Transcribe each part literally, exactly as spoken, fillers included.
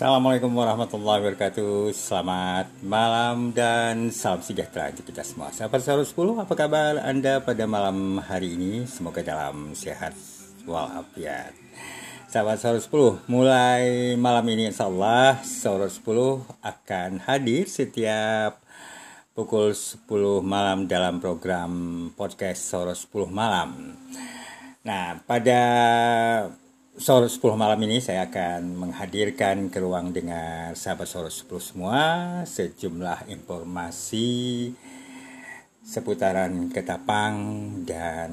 Assalamualaikum warahmatullahi wabarakatuh. Selamat malam dan salam sejahtera untuk kita semua. Sahabat Sahur sepuluh, apa kabar Anda pada malam hari ini? Semoga dalam sehat walafiat. Sahabat Sahur sepuluh, mulai malam ini insya Allah Sahur sepuluh akan hadir setiap pukul sepuluh malam dalam program podcast Sahur sepuluh malam. Nah, pada Sahur sepuluh malam ini saya akan menghadirkan ke ruang dengar sahabat Sahur sepuluh semua sejumlah informasi seputaran Ketapang dan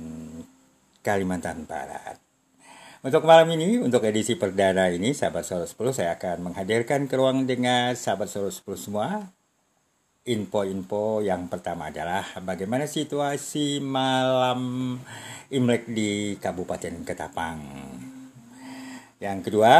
Kalimantan Barat. Untuk malam ini, untuk edisi perdana ini sahabat Sahur sepuluh, saya akan menghadirkan ke ruang dengar sahabat Sahur sepuluh semua info-info. Yang pertama adalah bagaimana situasi malam Imlek di Kabupaten Ketapang. Yang kedua,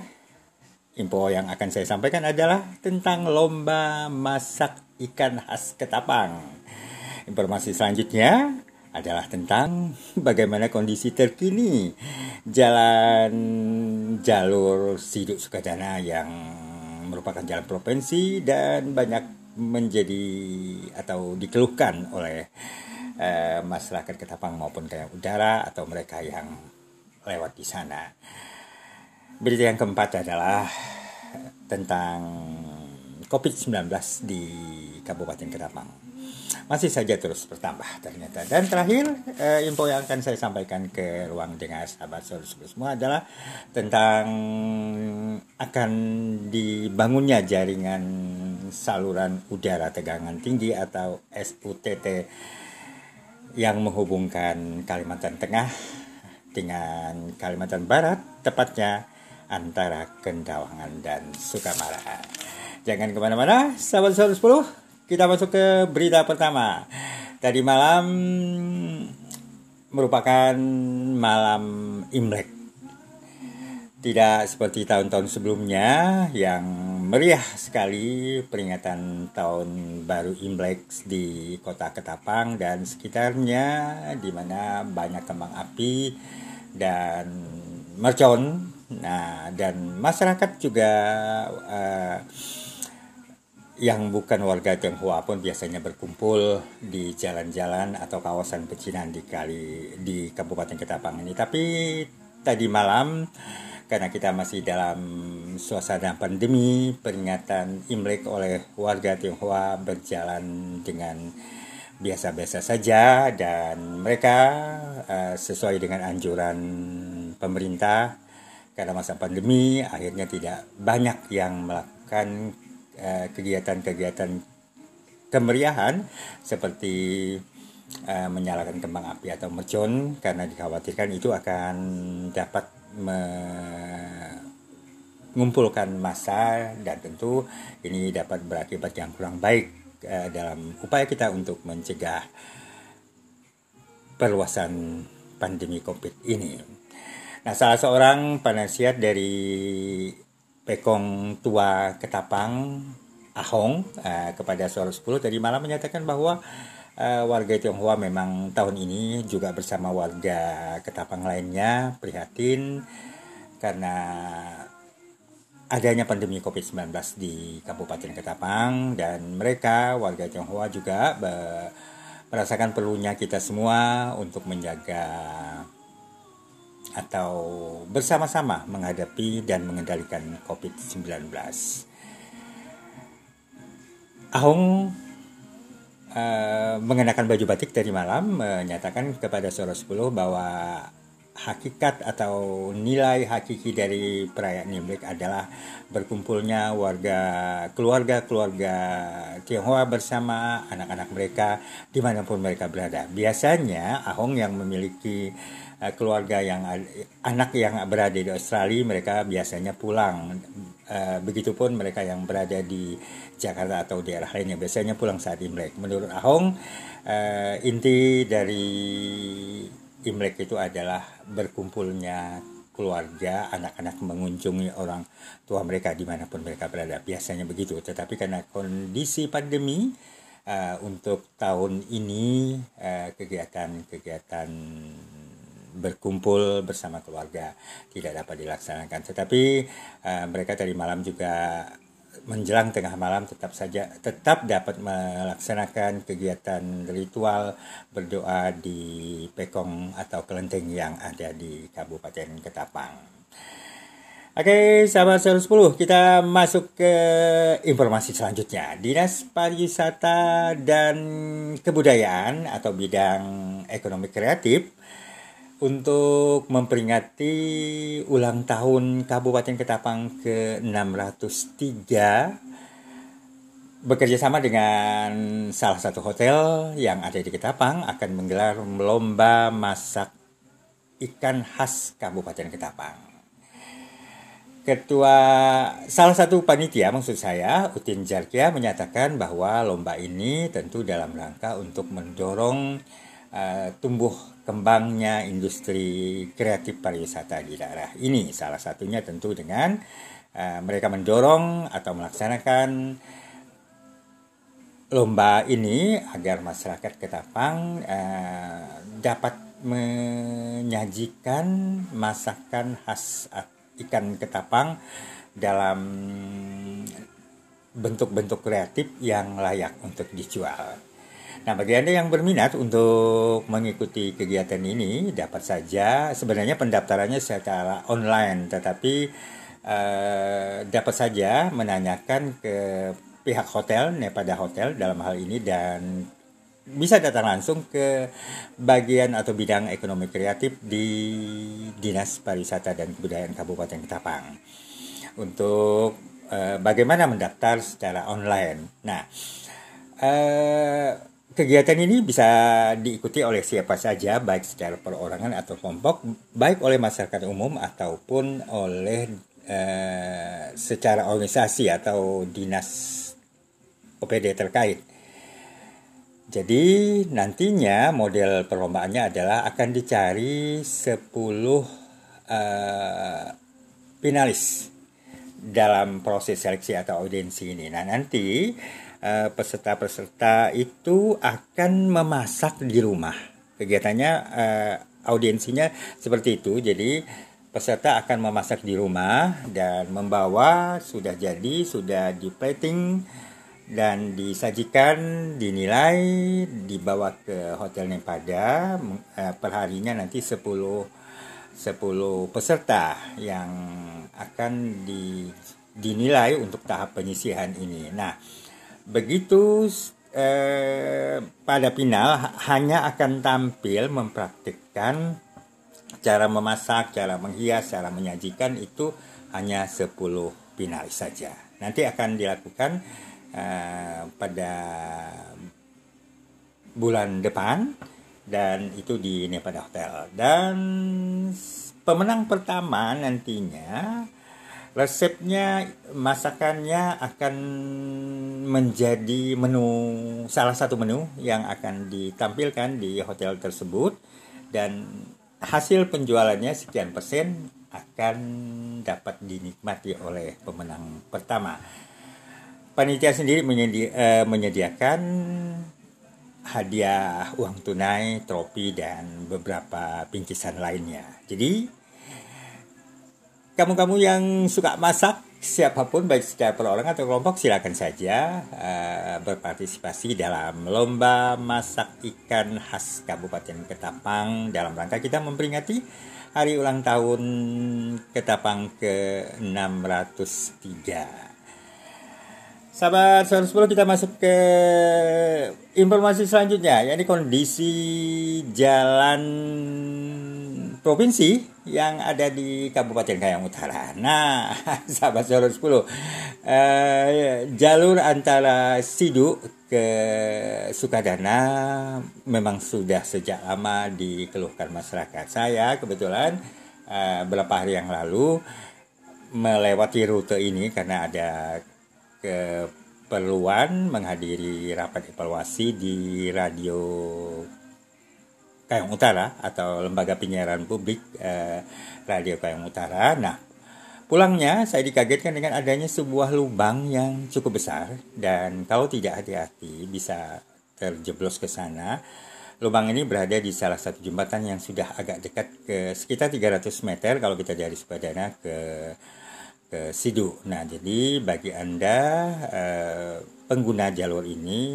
info yang akan saya sampaikan adalah tentang lomba masak ikan khas Ketapang. Informasi selanjutnya adalah tentang bagaimana kondisi terkini jalan jalur Siduk Sukadana yang merupakan jalan provinsi dan banyak menjadi atau dikeluhkan oleh eh, masyarakat Ketapang maupun kayak udara atau mereka yang lewat di sana. Berita yang keempat adalah tentang covid sembilan belas di Kabupaten Ketapang. Masih saja terus bertambah ternyata. Dan terakhir, eh, info yang akan saya sampaikan ke ruang dengar sahabat Sahur sepuluh semua adalah tentang akan dibangunnya jaringan saluran udara tegangan tinggi atau S U T T yang menghubungkan Kalimantan Tengah dengan Kalimantan Barat, tepatnya antara Kendawangan dan Sukamara. Jangan kemana-mana, sahabat Sahur sepuluh. Kita masuk ke berita pertama. Tadi malam merupakan malam Imlek. Tidak seperti tahun-tahun sebelumnya yang meriah sekali peringatan tahun baru Imlek di kota Ketapang dan sekitarnya, di mana banyak kembang api dan mercon. Nah, dan masyarakat juga uh, yang bukan warga Tionghoa pun biasanya berkumpul di jalan-jalan atau kawasan pecinan di kali di Kabupaten Ketapang ini. Tapi tadi malam, karena kita masih dalam suasana pandemi, peringatan Imlek oleh warga Tionghoa berjalan dengan biasa-biasa saja dan mereka uh, sesuai dengan anjuran pemerintah. Karena masa pandemi, akhirnya tidak banyak yang melakukan uh, kegiatan-kegiatan kemeriahan seperti uh, menyalakan kembang api atau mercon, karena dikhawatirkan itu akan dapat mengumpulkan massa dan tentu ini dapat berakibat yang kurang baik uh, dalam upaya kita untuk mencegah perluasan pandemi COVID ini. Nah, salah seorang penasihat dari Pekong Tua Ketapang, Ahong, uh, kepada Sahur sepuluh tadi malam menyatakan bahwa uh, warga Tionghoa memang tahun ini juga bersama warga Ketapang lainnya prihatin karena adanya pandemi covid sembilan belas di Kabupaten Ketapang, dan mereka warga Tionghoa juga be- merasakan perlunya kita semua untuk menjaga atau bersama-sama menghadapi dan mengendalikan covid sembilan belas. Ahong uh, mengenakan baju batik tadi malam menyatakan kepada Sahur sepuluh bahwa hakikat atau nilai hakiki dari perayaan Imlek adalah berkumpulnya warga keluarga-keluarga Tionghoa bersama anak-anak mereka dimanapun mereka berada. Biasanya Ahong yang memiliki uh, keluarga yang anak yang berada di Australia, mereka biasanya pulang. Uh, begitupun mereka yang berada di Jakarta atau daerah lainnya biasanya pulang saat Imlek. Menurut Ahong, uh, inti dari Imlek itu adalah berkumpulnya keluarga, anak-anak mengunjungi orang tua mereka dimanapun mereka berada. Biasanya begitu, tetapi karena kondisi pandemi, uh, untuk tahun ini uh, kegiatan-kegiatan berkumpul bersama keluarga tidak dapat dilaksanakan. Tetapi uh, mereka tadi malam juga menjelang tengah malam tetap saja tetap dapat melaksanakan kegiatan ritual berdoa di pekong atau kelenteng yang ada di Kabupaten Ketapang. Oke, sahabat seratus sepuluh, kita masuk ke informasi selanjutnya. Dinas Pariwisata dan Kebudayaan atau bidang ekonomi kreatif untuk memperingati ulang tahun Kabupaten Ketapang ke enam ratus tiga bekerjasama dengan salah satu hotel yang ada di Ketapang akan menggelar lomba masak ikan khas Kabupaten Ketapang. Ketua salah satu panitia maksud saya, Utin Jarkia, menyatakan bahwa lomba ini tentu dalam rangka untuk mendorong uh, tumbuh kembangnya industri kreatif pariwisata di daerah ini. Salah satunya tentu dengan uh, mereka mendorong atau melaksanakan lomba ini agar masyarakat Ketapang uh, dapat menyajikan masakan khas ikan Ketapang dalam bentuk-bentuk kreatif yang layak untuk dijual. Nah, bagi Anda yang berminat untuk mengikuti kegiatan ini, dapat saja, sebenarnya pendaftarannya secara online, tetapi eh, dapat saja menanyakan ke pihak hotel, Nepada Hotel dalam hal ini, dan bisa datang langsung ke bagian atau bidang ekonomi kreatif di Dinas Pariwisata dan Kebudayaan Kabupaten Ketapang untuk eh, bagaimana mendaftar secara online. Nah, eh, kegiatan ini bisa diikuti oleh siapa saja, baik secara perorangan atau kelompok, baik oleh masyarakat umum ataupun oleh eh, secara organisasi atau dinas O P D terkait. Jadi nantinya model perlombaannya adalah akan dicari sepuluh uh, finalis dalam proses seleksi atau audiensi ini. Nah, nanti uh, peserta-peserta itu akan memasak di rumah. Kegiatannya uh, audiensinya seperti itu. Jadi peserta akan memasak di rumah dan membawa sudah jadi, sudah di plating dan disajikan, dinilai, dibawa ke Hotel Nepada. Perharinya nanti sepuluh peserta yang akan di, dinilai untuk tahap penyisihan ini. Nah, begitu eh, pada final hanya akan tampil mempraktikkan cara memasak, cara menghias, cara menyajikan, itu hanya sepuluh finalis saja. Nanti akan dilakukan Uh, pada bulan depan dan itu di Nepada Hotel. Dan pemenang pertama nantinya resepnya, masakannya akan menjadi menu, salah satu menu yang akan ditampilkan di hotel tersebut, dan hasil penjualannya sekian persen akan dapat dinikmati oleh pemenang pertama. Panitia sendiri menyedi, eh, menyediakan hadiah uang tunai, trofi, dan beberapa bingkisan lainnya. Jadi, kamu-kamu yang suka masak, siapapun baik secara perorangan atau kelompok, silakan saja eh, berpartisipasi dalam lomba masak ikan khas Kabupaten Ketapang dalam rangka kita memperingati hari ulang tahun Ketapang ke enam ratus tiga. Sahabat seratus sepuluh, kita masuk ke informasi selanjutnya, yakni kondisi jalan provinsi yang ada di Kabupaten Kayong Utara. Nah, sahabat seratus sepuluh, eh, jalur antara Sidu ke Sukadana memang sudah sejak lama dikeluhkan masyarakat. Saya kebetulan eh, beberapa hari yang lalu melewati rute ini karena ada keperluan menghadiri rapat evaluasi di Radio Kayong Utara atau Lembaga Penyiaran Publik eh, Radio Kayong Utara. Nah, pulangnya saya dikagetkan dengan adanya sebuah lubang yang cukup besar, dan kalau tidak hati-hati bisa terjeblos ke sana. Lubang ini berada di salah satu jembatan yang sudah agak dekat ke sekitar tiga ratus meter kalau kita dari Sukadana ke ke Sidu. Nah, jadi bagi Anda eh, pengguna jalur ini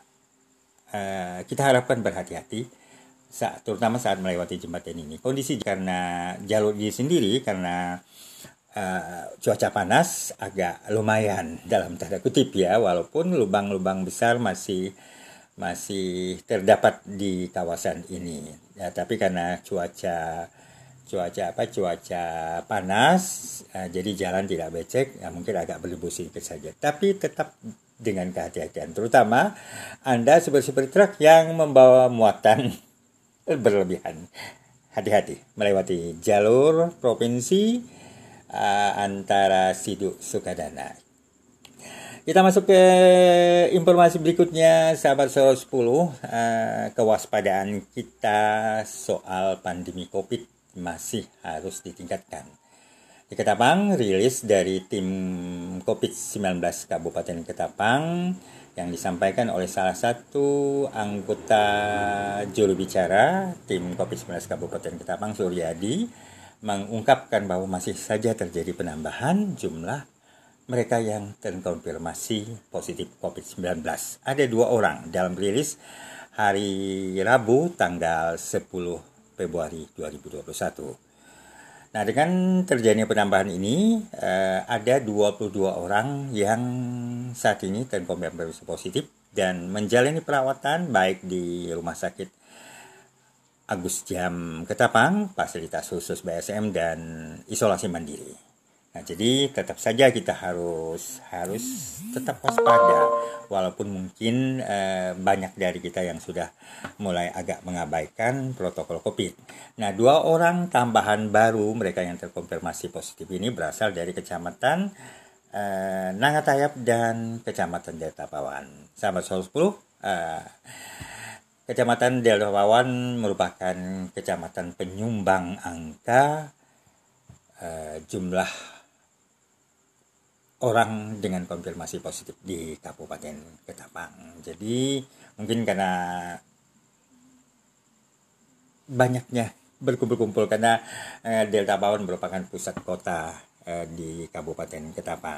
eh, kita harapkan berhati-hati saat, terutama saat melewati jembatan ini. Kondisi karena jalur ini sendiri karena uh, cuaca panas agak lumayan dalam tanda kutip ya, walaupun lubang-lubang besar masih masih terdapat di kawasan ini. Ya, tapi karena cuaca cuaca apa cuaca panas, uh, jadi jalan tidak becek, ya mungkin agak berdebu sedikit saja. Tapi tetap dengan kehati-hatian, terutama Anda supir-supir truk yang membawa muatan berlebihan. Hati-hati melewati jalur provinsi uh, antara Sidu Sukadana. Kita masuk ke informasi berikutnya, sahabat Solo sepuluh. Uh, kewaspadaan kita soal pandemi COVID masih harus ditingkatkan. Di Ketapang, rilis dari tim COVID sembilan belas Kabupaten Ketapang yang disampaikan oleh salah satu anggota juru bicara tim COVID sembilan belas Kabupaten Ketapang, Suryadi, mengungkapkan bahwa masih saja terjadi penambahan jumlah mereka yang terkonfirmasi positif COVID sembilan belas. Ada dua orang dalam rilis hari Rabu tanggal sepuluh Februari dua ribu dua puluh satu. Nah, dengan terjadinya penambahan ini, eh, ada dua puluh dua orang yang saat ini terkonfirmasi positif dan menjalani perawatan baik di Rumah Sakit Agus Jam Ketapang, fasilitas khusus B S M dan isolasi mandiri. Nah, jadi tetap saja kita harus harus tetap waspada, walaupun mungkin eh, banyak dari kita yang sudah mulai agak mengabaikan protokol COVID. Nah, dua orang tambahan baru mereka yang terkonfirmasi positif ini berasal dari Kecamatan eh, Nangatayap dan Kecamatan Delta Pawan. Sahabat Solo sepuluh, eh, Kecamatan Delta Pawan merupakan kecamatan penyumbang angka eh, jumlah orang dengan konfirmasi positif di Kabupaten Ketapang. Jadi mungkin karena banyaknya berkumpul-kumpul karena eh, Delta Pawan merupakan pusat kota eh, di Kabupaten Ketapang.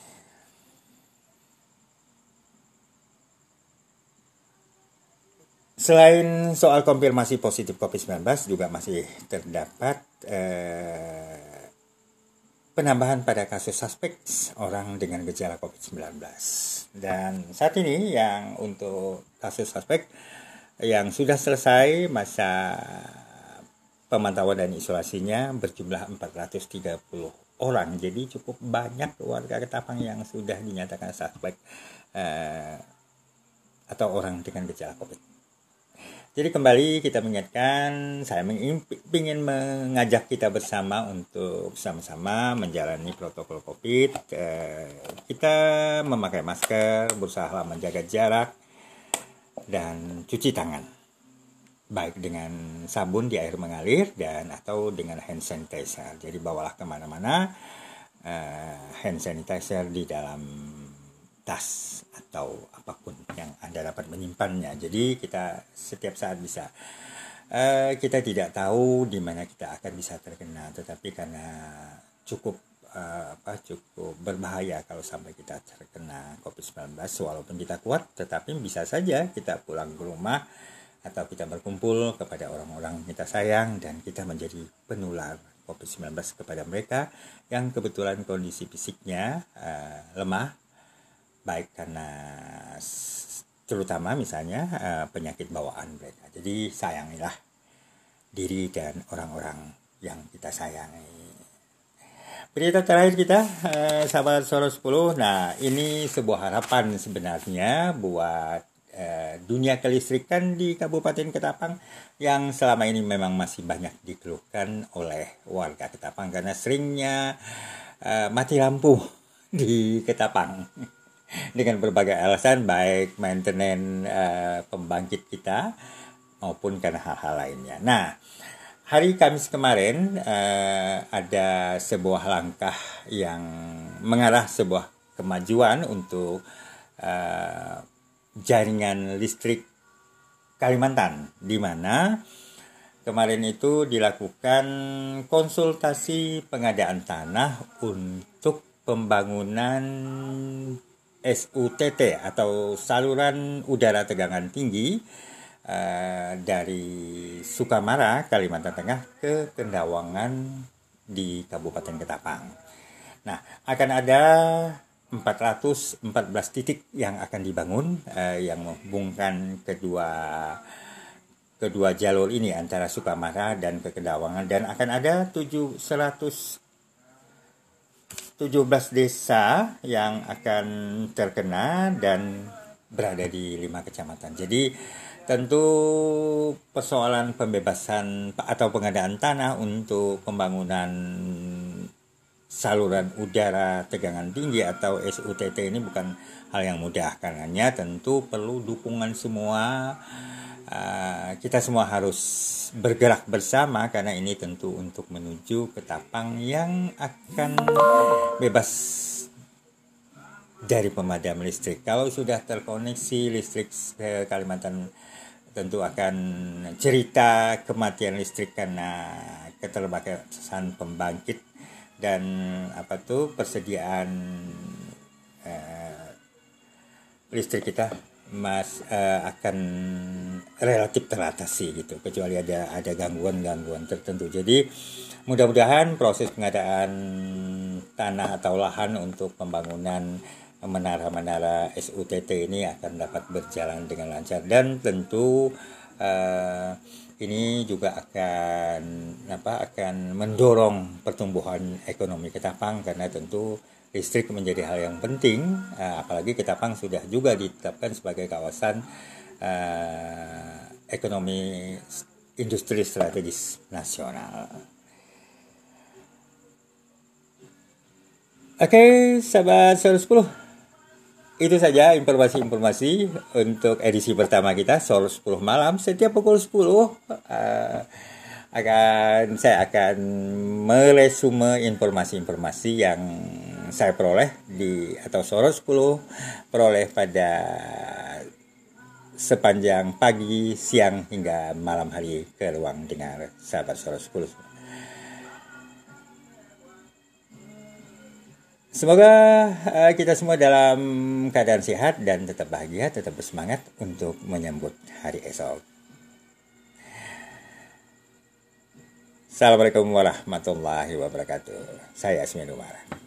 Selain soal konfirmasi positif COVID sembilan belas juga masih terdapat eh, penambahan pada kasus suspek orang dengan gejala COVID sembilan belas. Dan saat ini yang untuk kasus suspek yang sudah selesai masa pemantauan dan isolasinya berjumlah empat ratus tiga puluh orang. Jadi cukup banyak warga Ketapang yang sudah dinyatakan suspek eh, atau orang dengan gejala COVID. Jadi kembali kita mengingatkan, saya ingin mengajak kita bersama untuk sama-sama menjalani protokol COVID. Kita memakai masker, berusaha menjaga jarak, dan cuci tangan. Baik dengan sabun di air mengalir dan atau dengan hand sanitizer. Jadi bawalah kemana-mana hand sanitizer di dalam tas atau apapun yang Anda dapat menyimpannya. Jadi kita setiap saat bisa. Uh, kita tidak tahu di mana kita akan bisa terkena, tetapi karena cukup uh, apa cukup berbahaya kalau sampai kita terkena COVID sembilan belas, walaupun kita kuat, tetapi bisa saja kita pulang ke rumah atau kita berkumpul kepada orang-orang kita sayang dan kita menjadi penular COVID sembilan belas kepada mereka yang kebetulan kondisi fisiknya uh, lemah, baik karena terutama misalnya uh, penyakit bawaan mereka. Jadi sayangilah diri dan orang-orang yang kita sayangi. Berita terakhir kita, uh, sahabat Solo sepuluh. Nah, ini sebuah harapan sebenarnya buat uh, dunia kelistrikan di Kabupaten Ketapang yang selama ini memang masih banyak dikeluhkan oleh warga Ketapang karena seringnya uh, mati lampu di Ketapang. Dengan berbagai alasan, baik maintenance uh, pembangkit kita maupun karena hal-hal lainnya. Nah, hari Kamis kemarin uh, ada sebuah langkah yang mengarah sebuah kemajuan untuk uh, jaringan listrik Kalimantan, di mana kemarin itu dilakukan konsultasi pengadaan tanah untuk pembangunan S U T T atau saluran udara tegangan tinggi uh, dari Sukamara, Kalimantan Tengah ke Kendawangan di Kabupaten Ketapang. Nah, akan ada empat ratus empat belas titik yang akan dibangun uh, yang menghubungkan kedua kedua jalur ini antara Sukamara dan ke Kendawangan, dan akan ada seratus tujuh belas desa yang akan terkena dan berada di lima kecamatan. Jadi tentu persoalan pembebasan atau pengadaan tanah untuk pembangunan saluran udara tegangan tinggi atau S U T T ini bukan hal yang mudah, karenanya tentu perlu dukungan semua. Uh, kita semua harus bergerak bersama karena ini tentu untuk menuju Ketapang yang akan bebas dari pemadam listrik. Kalau sudah terkoneksi listrik ke Kalimantan, tentu akan cerita kematian listrik karena keterbatasan pembangkit dan apa tuh persediaan uh, listrik kita mas uh, akan relatif teratasi gitu, kecuali ada ada gangguan-gangguan tertentu. Jadi mudah-mudahan proses pengadaan tanah atau lahan untuk pembangunan menara-menara S U T T ini akan dapat berjalan dengan lancar, dan tentu uh, ini juga akan apa akan mendorong pertumbuhan ekonomi Ketapang karena tentu listrik menjadi hal yang penting, uh, apalagi Ketapang sudah juga ditetapkan sebagai kawasan uh, ekonomi industri strategis nasional. Oke, sahabat seratus sepuluh, itu saja informasi-informasi untuk edisi pertama kita seratus sepuluh malam. Setiap pukul sepuluh uh, akan saya akan meresume informasi-informasi yang saya peroleh di atau seratus sepuluh peroleh pada sepanjang pagi, siang hingga malam hari ke ruang dengar sahabat seratus sepuluh. Semoga uh, kita semua dalam keadaan sehat dan tetap bahagia, tetap bersemangat untuk menyambut hari esok. Assalamualaikum warahmatullahi wabarakatuh. Saya Asmin Umar.